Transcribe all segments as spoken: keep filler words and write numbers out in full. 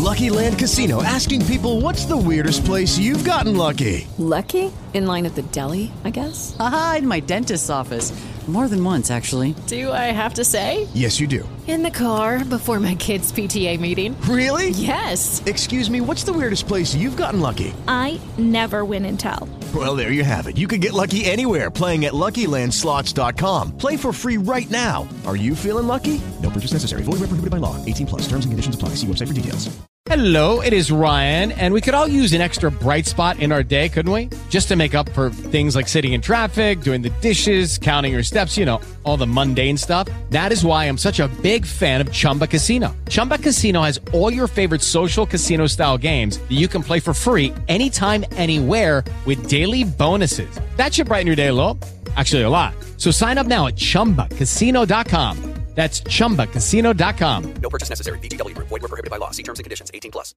Lucky Land Casino, asking people, what's the weirdest place you've gotten lucky? Lucky? In line at the deli, I guess? Aha, in my dentist's office. More than once, actually. Do I have to say? Yes, you do. In the car before my kids' P T A meeting. Really? Yes. Excuse me, what's the weirdest place you've gotten lucky? I never win and tell. Well, there you have it. You can get lucky anywhere, playing at Lucky Land Slots dot com. Play for free right now. Are you feeling lucky? No purchase necessary. Void where prohibited by law. eighteen plus. Terms and conditions apply. See website for details. Hello, it is Ryan, and we could all use an extra bright spot in our day, couldn't we? Just to make up for things like sitting in traffic, doing the dishes, counting your steps, you know, all the mundane stuff. That is why I'm such a big fan of Chumba Casino. Chumba Casino has all your favorite social casino-style games that you can play for free anytime, anywhere with daily bonuses. That should brighten your day a little. Actually, a lot. So sign up now at chumba casino dot com. That's chumba casino dot com. No purchase necessary. V G W Group. Void where prohibited by law. See terms and conditions. eighteen plus.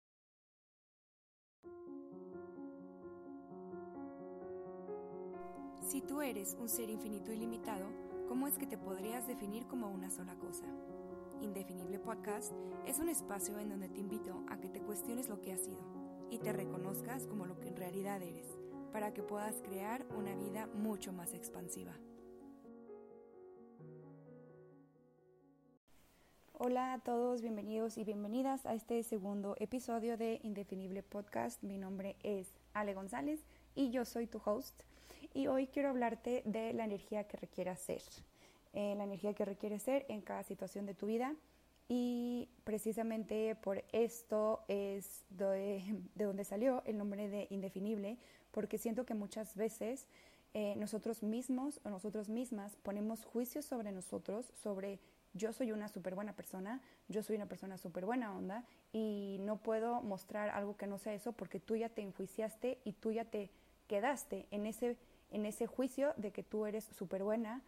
Si tú eres un ser infinito y limitado, ¿cómo es que te podrías definir como una sola cosa? Indefinible Podcast es un espacio en donde te invito a que te cuestiones lo que has sido y te reconozcas como lo que en realidad eres, para que puedas crear una vida mucho más expansiva. Hola a todos, bienvenidos y bienvenidas a este segundo episodio de Indefinible Podcast. Mi nombre es Ale González y yo soy tu host. Y hoy quiero hablarte de la energía que requiere ser, eh, la energía que requiere ser en cada situación de tu vida. Y precisamente por esto es de, de donde salió el nombre de Indefinible, porque siento que muchas veces eh, nosotros mismos o nosotros mismas ponemos juicios sobre nosotros, sobre yo soy una súper buena persona, yo soy una persona súper buena onda y no puedo mostrar algo que no sea eso porque tú ya te enjuiciaste y tú ya te quedaste en ese, en ese juicio de que tú eres súper buena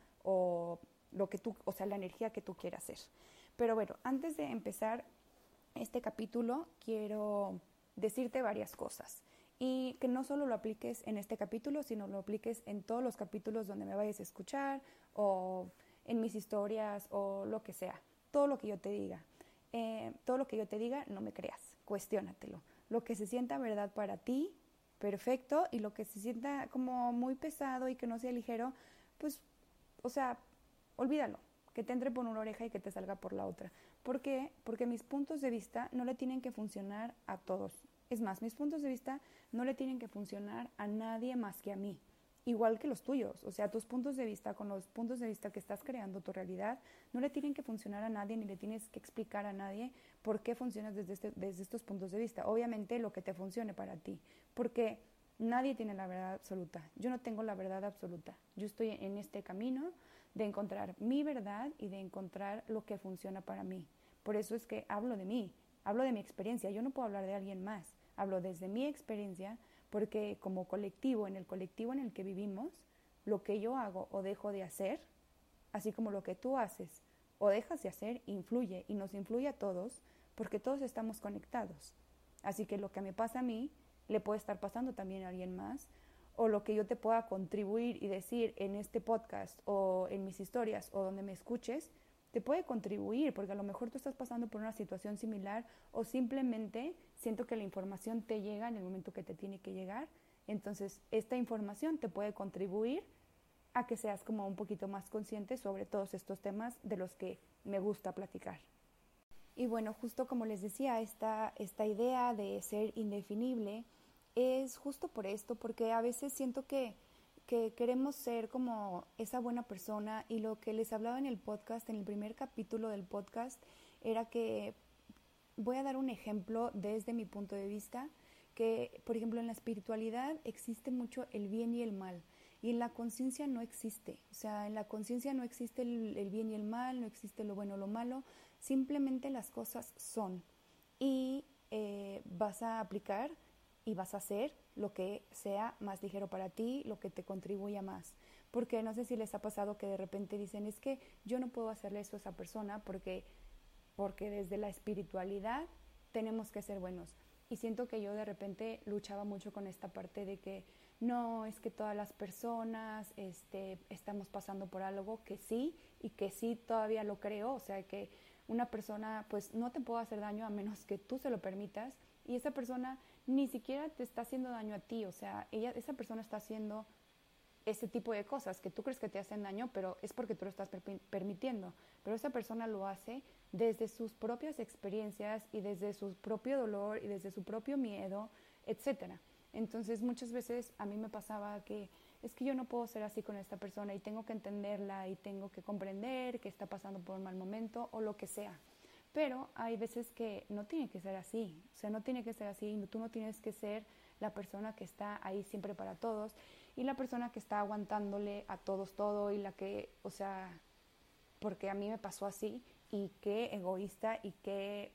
o lo que tú, o sea, la energía que tú quieras ser. Pero bueno, antes de empezar este capítulo quiero decirte varias cosas y que no solo lo apliques en este capítulo, sino lo apliques en todos los capítulos donde me vayas a escuchar o en mis historias o lo que sea, todo lo que yo te diga. Eh, todo lo que yo te diga, no me creas, cuestiónatelo. Lo que se sienta verdad para ti, perfecto, y lo que se sienta como muy pesado y que no sea ligero, pues, o sea, olvídalo, que te entre por una oreja y que te salga por la otra. ¿Por qué? Porque mis puntos de vista no le tienen que funcionar a todos. Es más, mis puntos de vista no le tienen que funcionar a nadie más que a mí. Igual que los tuyos, o sea, tus puntos de vista, con los puntos de vista que estás creando tu realidad, no le tienen que funcionar a nadie ni le tienes que explicar a nadie por qué funcionas desde, este, desde estos puntos de vista. Obviamente lo que te funcione para ti, porque nadie tiene la verdad absoluta. Yo no tengo la verdad absoluta. Yo estoy en este camino de encontrar mi verdad y de encontrar lo que funciona para mí. Por eso es que hablo de mí, hablo de mi experiencia. Yo no puedo hablar de alguien más, hablo desde mi experiencia. Porque como colectivo, en el colectivo en el que vivimos, lo que yo hago o dejo de hacer, así como lo que tú haces o dejas de hacer, influye y nos influye a todos porque todos estamos conectados. Así que lo que me pasa a mí le puede estar pasando también a alguien más, o lo que yo te pueda contribuir y decir en este podcast o en mis historias o donde me escuches, te puede contribuir, porque a lo mejor tú estás pasando por una situación similar o simplemente siento que la información te llega en el momento que te tiene que llegar. Entonces, esta información te puede contribuir a que seas como un poquito más consciente sobre todos estos temas de los que me gusta platicar. Y bueno, justo como les decía, esta, esta idea de ser indefinible es justo por esto, porque a veces siento que que queremos ser como esa buena persona y lo que les hablaba en el podcast, en el primer capítulo del podcast, era que voy a dar un ejemplo desde mi punto de vista, que por ejemplo en la espiritualidad existe mucho el bien y el mal y en la conciencia no existe, o sea, en la conciencia no existe el, el bien y el mal, no existe lo bueno o lo malo, simplemente las cosas son y eh, vas a aplicar y vas a hacer lo que sea más ligero para ti, lo que te contribuya más. Porque no sé si les ha pasado que de repente dicen, es que yo no puedo hacerle eso a esa persona porque, porque desde la espiritualidad tenemos que ser buenos. Y siento que yo de repente luchaba mucho con esta parte de que no, es que todas las personas este, estamos pasando por algo que sí, y que sí todavía lo creo, o sea que una persona pues no te puede hacer daño a menos que tú se lo permitas, y esa persona ni siquiera te está haciendo daño a ti, o sea, ella, esa persona está haciendo ese tipo de cosas que tú crees que te hacen daño, pero es porque tú lo estás per- permitiendo. Pero esa persona lo hace desde sus propias experiencias y desde su propio dolor y desde su propio miedo, etcétera. Entonces muchas veces a mí me pasaba que es que yo no puedo ser así con esta persona y tengo que entenderla y tengo que comprender que está pasando por un mal momento o lo que sea. Pero hay veces que no tiene que ser así, o sea, no tiene que ser así, tú no tienes que ser la persona que está ahí siempre para todos y la persona que está aguantándole a todos todo y la que, o sea, porque a mí me pasó así y qué egoísta y qué,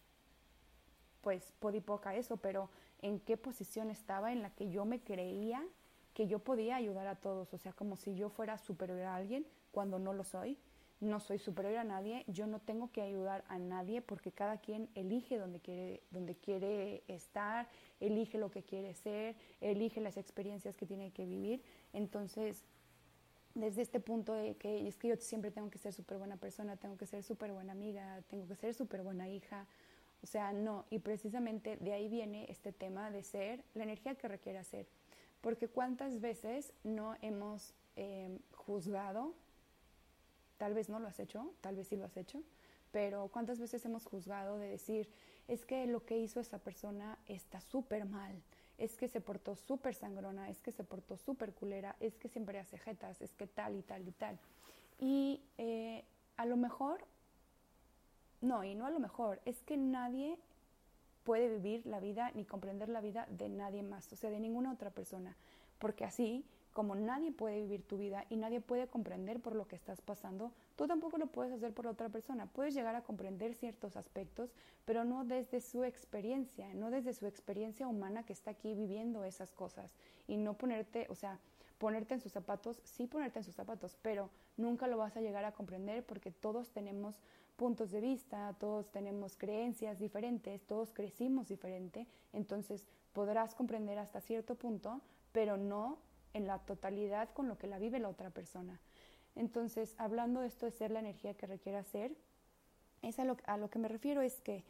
pues, podipoca eso, pero en qué posición estaba en la que yo me creía que yo podía ayudar a todos, o sea, como si yo fuera superior a alguien cuando no lo soy. No soy superior a nadie, yo no tengo que ayudar a nadie porque cada quien elige donde quiere, donde quiere estar, elige lo que quiere ser, elige las experiencias que tiene que vivir. Entonces, desde este punto de que es que yo siempre tengo que ser súper buena persona, tengo que ser súper buena amiga, tengo que ser súper buena hija, o sea, no, y precisamente de ahí viene este tema de ser la energía que requiere ser, porque cuántas veces no hemos eh, juzgado. Tal vez no lo has hecho, tal vez sí lo has hecho, pero ¿cuántas veces hemos juzgado de decir, es que lo que hizo esa persona está súper mal, es que se portó súper sangrona, es que se portó súper culera, es que siempre hace jetas, es que tal y tal y tal? Y eh, a lo mejor, no, y no a lo mejor, es que nadie puede vivir la vida ni comprender la vida de nadie más, o sea, de ninguna otra persona, porque así como nadie puede vivir tu vida y nadie puede comprender por lo que estás pasando, tú tampoco lo puedes hacer por otra persona. Puedes llegar a comprender ciertos aspectos, pero no desde su experiencia, no desde su experiencia humana que está aquí viviendo esas cosas. Y no ponerte, o sea, ponerte en sus zapatos, sí ponerte en sus zapatos, pero nunca lo vas a llegar a comprender porque todos tenemos puntos de vista, todos tenemos creencias diferentes, todos crecimos diferente, entonces podrás comprender hasta cierto punto, pero no en la totalidad con lo que la vive la otra persona. Entonces, hablando de esto de ser la energía que requiere ser, es a lo, a lo que me refiero es que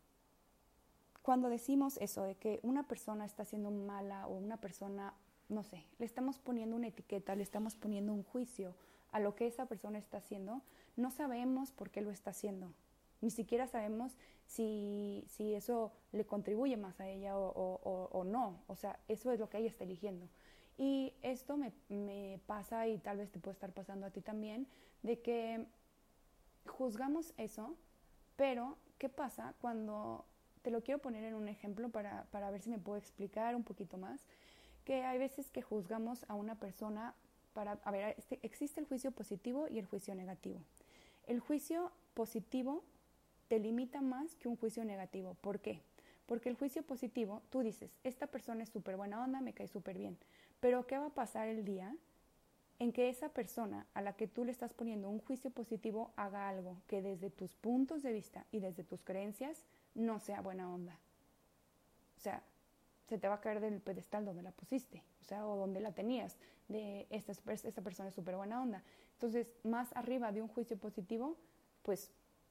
cuando decimos eso de que una persona está siendo mala o una persona, no sé, le estamos poniendo una etiqueta, le estamos poniendo un juicio a lo que esa persona está haciendo, no sabemos por qué lo está haciendo. Ni siquiera sabemos si, si eso le contribuye más a ella o, o, o, o no. O sea, eso es lo que ella está eligiendo. Y esto me, me pasa, y tal vez te puede estar pasando a ti también, de que juzgamos eso, pero ¿qué pasa cuando, te lo quiero poner en un ejemplo para, para ver si me puedo explicar un poquito más, que hay veces que juzgamos a una persona para, a ver, este, existe el juicio positivo y el juicio negativo. El juicio positivo te limita más que un juicio negativo. ¿Por qué? Porque el juicio positivo, tú dices, esta persona es súper buena onda, me cae súper bien. Pero ¿qué va a pasar el día en que esa persona a la que tú le estás poniendo un juicio positivo haga algo que desde tus puntos de vista y desde tus creencias no sea buena onda? O sea, se te va a caer del pedestal donde la pusiste, o sea, o donde la tenías, de esta, esta persona es súper buena onda. Entonces, más arriba de un juicio positivo, pues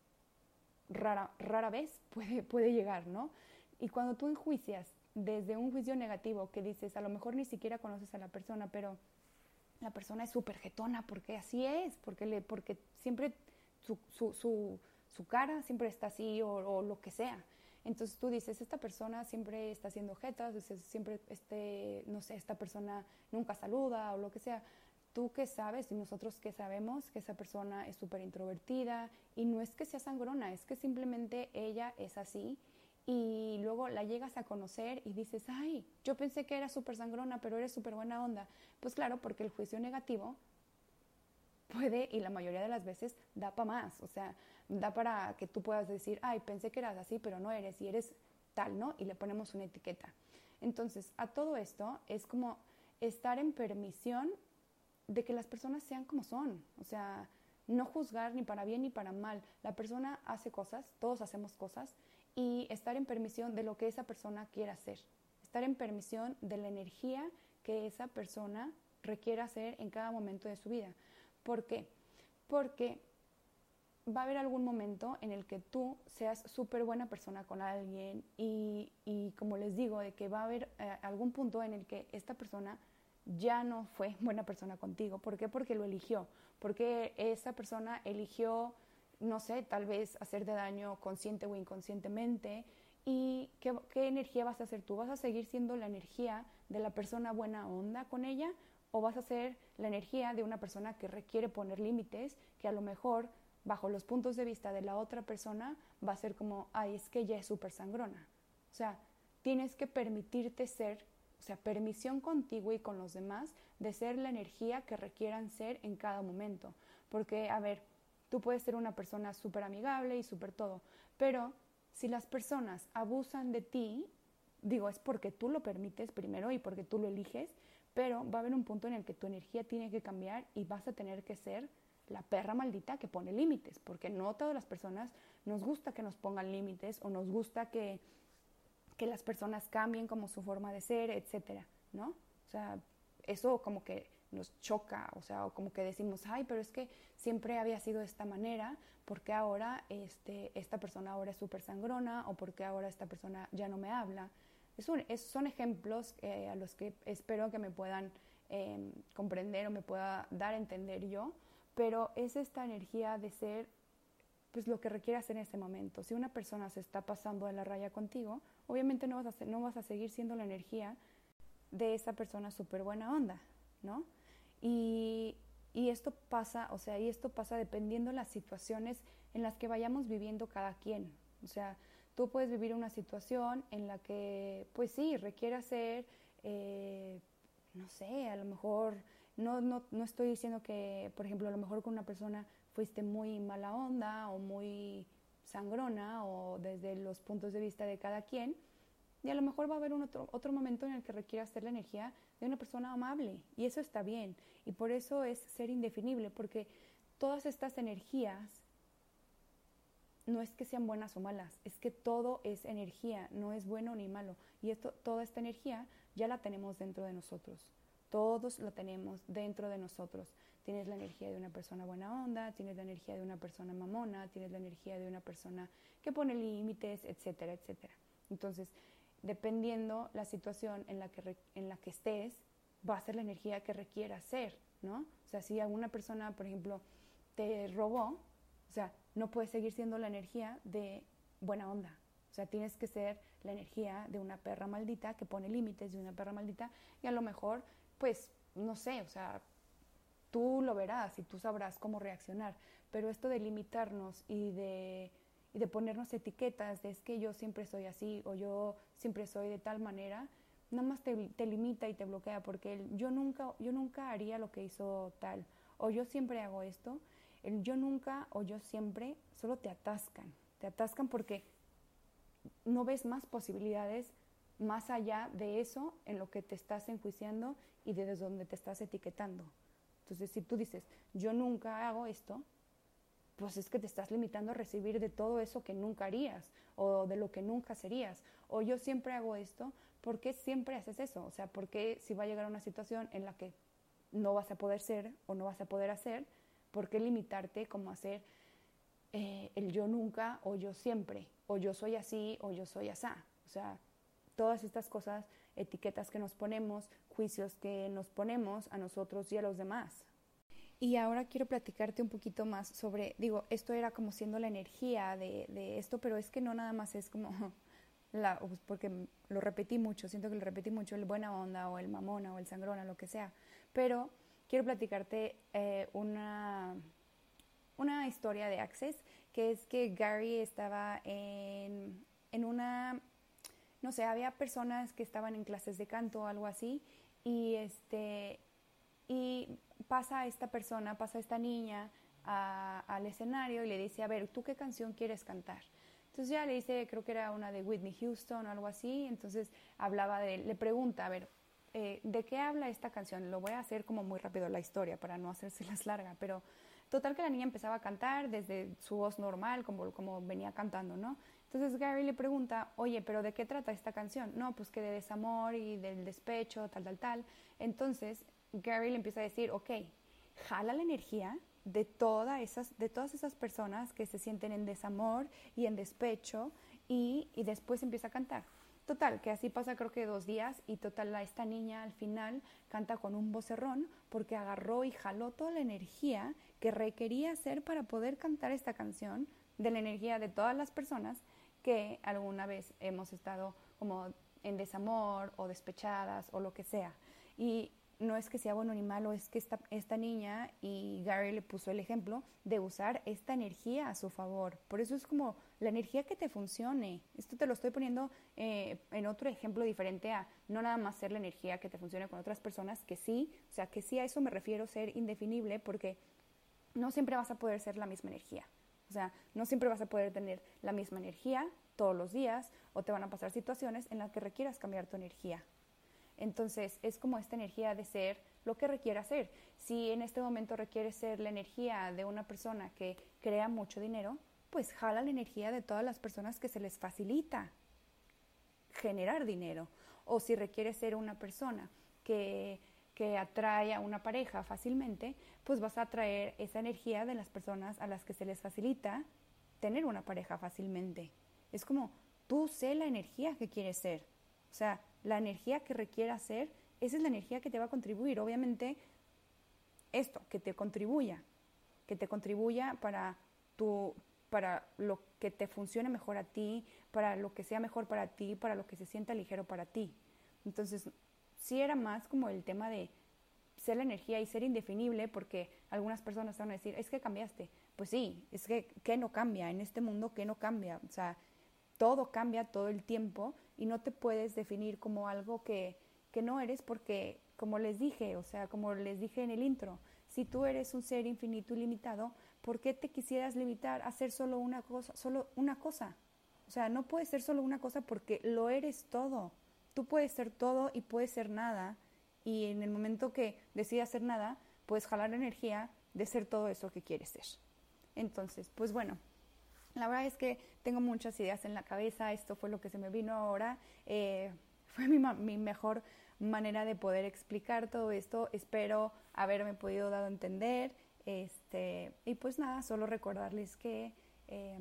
rara, rara vez puede, puede llegar, ¿no? Y cuando tú enjuicias desde un juicio negativo que dices, a lo mejor ni siquiera conoces a la persona, pero la persona es súper jetona porque así es, porque, le, porque siempre su, su, su, su cara siempre está así o, o lo que sea. Entonces tú dices, esta persona siempre está haciendo jetas, siempre, este, no sé, esta persona nunca saluda o lo que sea. ¿Tú qué sabes? Y nosotros qué sabemos, que esa persona es súper introvertida y no es que sea sangrona, es que simplemente ella es así y luego la llegas a conocer y dices, ay, yo pensé que era súper sangrona, pero eres súper buena onda. Pues claro, porque el juicio negativo puede, y la mayoría de las veces, da para más, o sea, da para que tú puedas decir, ay, pensé que eras así, pero no eres, y eres tal, ¿no? Y le ponemos una etiqueta. Entonces, a todo esto es como estar en permisión de que las personas sean como son, o sea, no juzgar ni para bien ni para mal. La persona hace cosas, todos hacemos cosas, y estar en permisión de lo que esa persona quiera hacer, estar en permisión de la energía que esa persona requiere hacer en cada momento de su vida. ¿Por qué? Porque va a haber algún momento en el que tú seas súper buena persona con alguien y, y como les digo, de que va a haber eh, algún punto en el que esta persona ya no fue buena persona contigo. ¿Por qué? Porque lo eligió. Porque esa persona eligió, no sé, tal vez hacerte daño consciente o inconscientemente. ¿Y qué, qué energía vas a hacer tú? ¿Vas a seguir siendo la energía de la persona buena onda con ella? ¿O vas a ser la energía de una persona que requiere poner límites, que a lo mejor bajo los puntos de vista de la otra persona va a ser como, ay, es que ella es súper sangrona? O sea, tienes que permitirte ser, o sea, permisión contigo y con los demás de ser la energía que requieran ser en cada momento. Porque, a ver, tú puedes ser una persona súper amigable y súper todo, pero si las personas abusan de ti, digo, es porque tú lo permites primero y porque tú lo eliges, pero va a haber un punto en el que tu energía tiene que cambiar y vas a tener que ser la perra maldita que pone límites, porque no todas las personas nos gusta que nos pongan límites o nos gusta que, que las personas cambien como su forma de ser, etcétera, ¿no? O sea, eso como que nos choca, o sea, como que decimos, ay, pero es que siempre había sido de esta manera, ¿por qué ahora este, esta persona ahora es súper sangrona? ¿O por qué ahora esta persona ya no me habla? Es un, es, son ejemplos eh, a los que espero que me puedan eh, comprender o me pueda dar a entender yo, pero es esta energía de ser pues lo que requieras en ese momento. Si una persona se está pasando de la raya contigo, obviamente no vas a, ser, no vas a seguir siendo la energía de esa persona súper buena onda, ¿no? Y, y esto pasa, o sea, y esto pasa dependiendo de las situaciones en las que vayamos viviendo cada quien. O sea, tú puedes vivir una situación en la que, pues sí, requiere ser, eh, no sé, a lo mejor, no, no, no estoy diciendo que, por ejemplo, a lo mejor con una persona fuiste muy mala onda o muy sangrona o desde los puntos de vista de cada quien, y a lo mejor va a haber un otro, otro momento en el que requiera ser la energía de una persona amable, y eso está bien, y por eso es ser indefinible, porque todas estas energías no es que sean buenas o malas, es que todo es energía, no es bueno ni malo, y esto, toda esta energía ya la tenemos dentro de nosotros. Todos lo tenemos dentro de nosotros. Tienes la energía de una persona buena onda, tienes la energía de una persona mamona, tienes la energía de una persona que pone límites, etcétera, etcétera. Entonces, dependiendo la situación en la que, en la que estés, va a ser la energía que requiera ser, ¿no? O sea, si alguna persona, por ejemplo, te robó, o sea, no puedes seguir siendo la energía de buena onda. O sea, tienes que ser la energía de una perra maldita que pone límites, de una perra maldita, y a lo mejor pues, no sé, o sea, tú lo verás y tú sabrás cómo reaccionar, pero esto de limitarnos y de, y de ponernos etiquetas de es que yo siempre soy así o yo siempre soy de tal manera, nada más te, te limita y te bloquea, porque el yo nunca, yo nunca haría lo que hizo tal, o yo siempre hago esto, el yo nunca o yo siempre solo te atascan, te atascan porque no ves más posibilidades más allá de eso en lo que te estás enjuiciando y de desde donde te estás etiquetando. Entonces, si tú dices, yo nunca hago esto, pues es que te estás limitando a recibir de todo eso que nunca harías o de lo que nunca serías. O yo siempre hago esto, ¿por qué siempre haces eso? O sea, ¿por qué si va a llegar a una situación en la que no vas a poder ser o no vas a poder hacer, por qué limitarte como a hacer eh, el yo nunca o yo siempre? O yo soy así o yo soy asá. O sea, todas estas cosas, etiquetas que nos ponemos, juicios que nos ponemos a nosotros y a los demás. Y ahora quiero platicarte un poquito más sobre, digo, esto era como siendo la energía de, de esto, pero es que no nada más es como, la, porque lo repetí mucho, siento que lo repetí mucho, el buena onda o el mamona o el sangrona, lo que sea, pero quiero platicarte eh, una, una historia de Access, que es que Gary estaba en, en una... no sé, había personas que estaban en clases de canto o algo así, y este y pasa esta persona, pasa esta niña a, al escenario y le dice, a ver, ¿tú qué canción quieres cantar? Entonces ya le dice, creo que era una de Whitney Houston o algo así, entonces hablaba de, le pregunta, a ver, eh, ¿de qué habla esta canción? Lo voy a hacer como muy rápido la historia para no hacérselas larga, pero total que la niña empezaba a cantar desde su voz normal, como, como venía cantando, ¿no? Entonces Gary le pregunta, oye, ¿pero de qué trata esta canción? No, pues que de desamor y del despecho, tal, tal, tal. Entonces Gary le empieza a decir, ok, jala la energía de, toda esas, de todas esas personas que se sienten en desamor y en despecho y, y después empieza a cantar. Total, que así pasa creo que dos días y total, esta niña al final canta con un vocerrón porque agarró y jaló toda la energía que requería hacer para poder cantar esta canción, de la energía de todas las personas que alguna vez hemos estado como en desamor o despechadas o lo que sea. Y no es que sea bueno ni malo, es que esta, esta niña, y Gary le puso el ejemplo de usar esta energía a su favor. Por eso es como la energía que te funcione. Esto te lo estoy poniendo eh, en otro ejemplo diferente a no nada más ser la energía que te funcione con otras personas, que sí, o sea, que sí a eso me refiero, ser indefinible, porque no siempre vas a poder ser la misma energía. O sea, no siempre vas a poder tener la misma energía todos los días o te van a pasar situaciones en las que requieras cambiar tu energía. Entonces, es como esta energía de ser lo que requiera ser. Si en este momento requiere ser la energía de una persona que crea mucho dinero, pues jala la energía de todas las personas que se les facilita generar dinero. O si requiere ser una persona que, que atrae a una pareja fácilmente, pues vas a atraer esa energía de las personas a las que se les facilita tener una pareja fácilmente. Es como, tú sé la energía que quieres ser. O sea, la energía que requiera ser, esa es la energía que te va a contribuir. Obviamente, esto, que te contribuya, que te contribuya para, tu, para lo que te funcione mejor a ti, para lo que sea mejor para ti, para lo que se sienta ligero para ti. Entonces, sí era más como el tema de ser la energía y ser indefinible, porque algunas personas van a decir, es que cambiaste. Pues sí, es que ¿qué no cambia? En este mundo, ¿qué no cambia? O sea, todo cambia todo el tiempo y no te puedes definir como algo que, que no eres porque, como les dije, o sea, como les dije en el intro, si tú eres un ser infinito y limitado, ¿por qué te quisieras limitar a ser solo una cosa? Solo una cosa? O sea, no puedes ser solo una cosa porque lo eres todo. Tú puedes ser todo y puedes ser nada, y en el momento que decidas ser nada, puedes jalar la energía de ser todo eso que quieres ser. Entonces, pues bueno, la verdad es que tengo muchas ideas en la cabeza. Esto fue lo que se me vino ahora. Eh, fue mi, mi mejor manera de poder explicar todo esto. Espero haberme podido dar a entender. Este, y pues nada, solo recordarles que eh,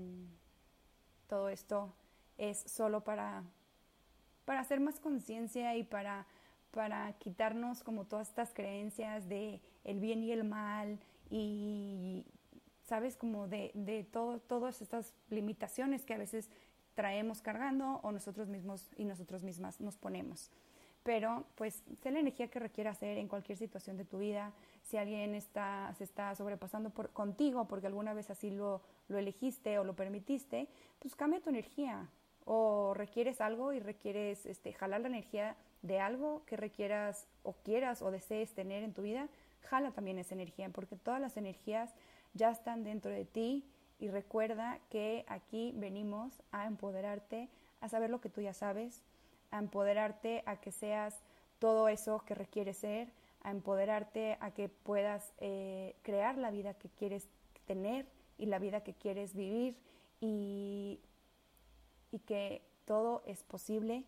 todo esto es solo para, para hacer más conciencia y para, para quitarnos como todas estas creencias de el bien y el mal y... ¿sabes? Como de, de todo, todas estas limitaciones que a veces traemos cargando o nosotros mismos y nosotros mismas nos ponemos. Pero, pues, sé la energía que requiera hacer en cualquier situación de tu vida. Si alguien está, se está sobrepasando por, contigo porque alguna vez así lo, lo elegiste o lo permitiste, pues cambia tu energía. O requieres algo y requieres este, jalar la energía de algo que requieras o quieras o desees tener en tu vida, jala también esa energía, porque todas las energías ya están dentro de ti, y recuerda que aquí venimos a empoderarte, a saber lo que tú ya sabes, a empoderarte a que seas todo eso que requieres ser, a empoderarte a que puedas eh, crear la vida que quieres tener y la vida que quieres vivir, y, y que todo es posible,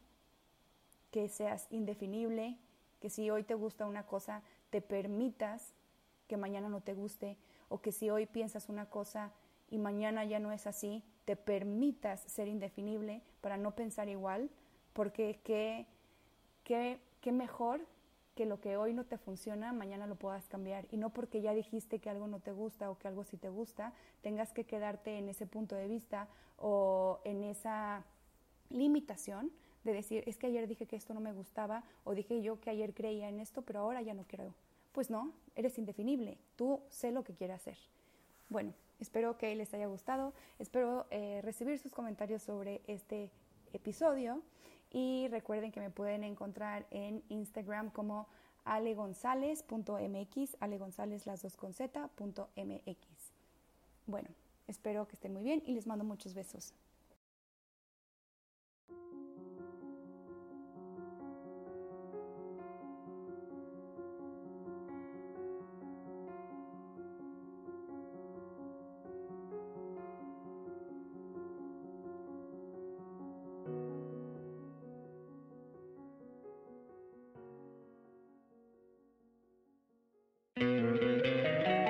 que seas indefinible, que si hoy te gusta una cosa, te permitas que mañana no te guste, o que si hoy piensas una cosa y mañana ya no es así, te permitas ser indefinible para no pensar igual, porque qué, qué, qué mejor que lo que hoy no te funciona, mañana lo puedas cambiar, y no porque ya dijiste que algo no te gusta o que algo sí te gusta, tengas que quedarte en ese punto de vista o en esa limitación de decir, es que ayer dije que esto no me gustaba, o dije yo que ayer creía en esto, pero ahora ya no creo. Pues no, eres indefinible, tú sé lo que quieres hacer. Bueno, espero que les haya gustado, espero eh, recibir sus comentarios sobre este episodio, y recuerden que me pueden encontrar en Instagram como alegonzales punto m x, alegonzales las dos con z, punto mx. Bueno, espero que estén muy bien y les mando muchos besos.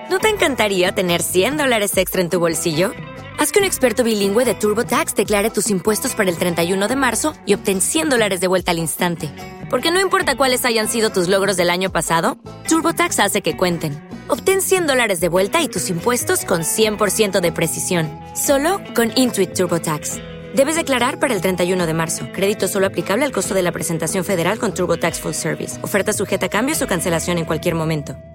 ¿No te encantaría tener cien dólares extra en tu bolsillo? Haz que un experto bilingüe de TurboTax declare tus impuestos para el treinta y uno de marzo y obtén cien dólares de vuelta al instante. Porque no importa cuáles hayan sido tus logros del año pasado, TurboTax hace que cuenten. Obtén cien dólares de vuelta y tus impuestos con cien por ciento de precisión. Solo con Intuit TurboTax. Debes declarar para el treinta y uno de marzo. Crédito solo aplicable al costo de la presentación federal con TurboTax Full Service. Oferta sujeta a cambios o cancelación en cualquier momento.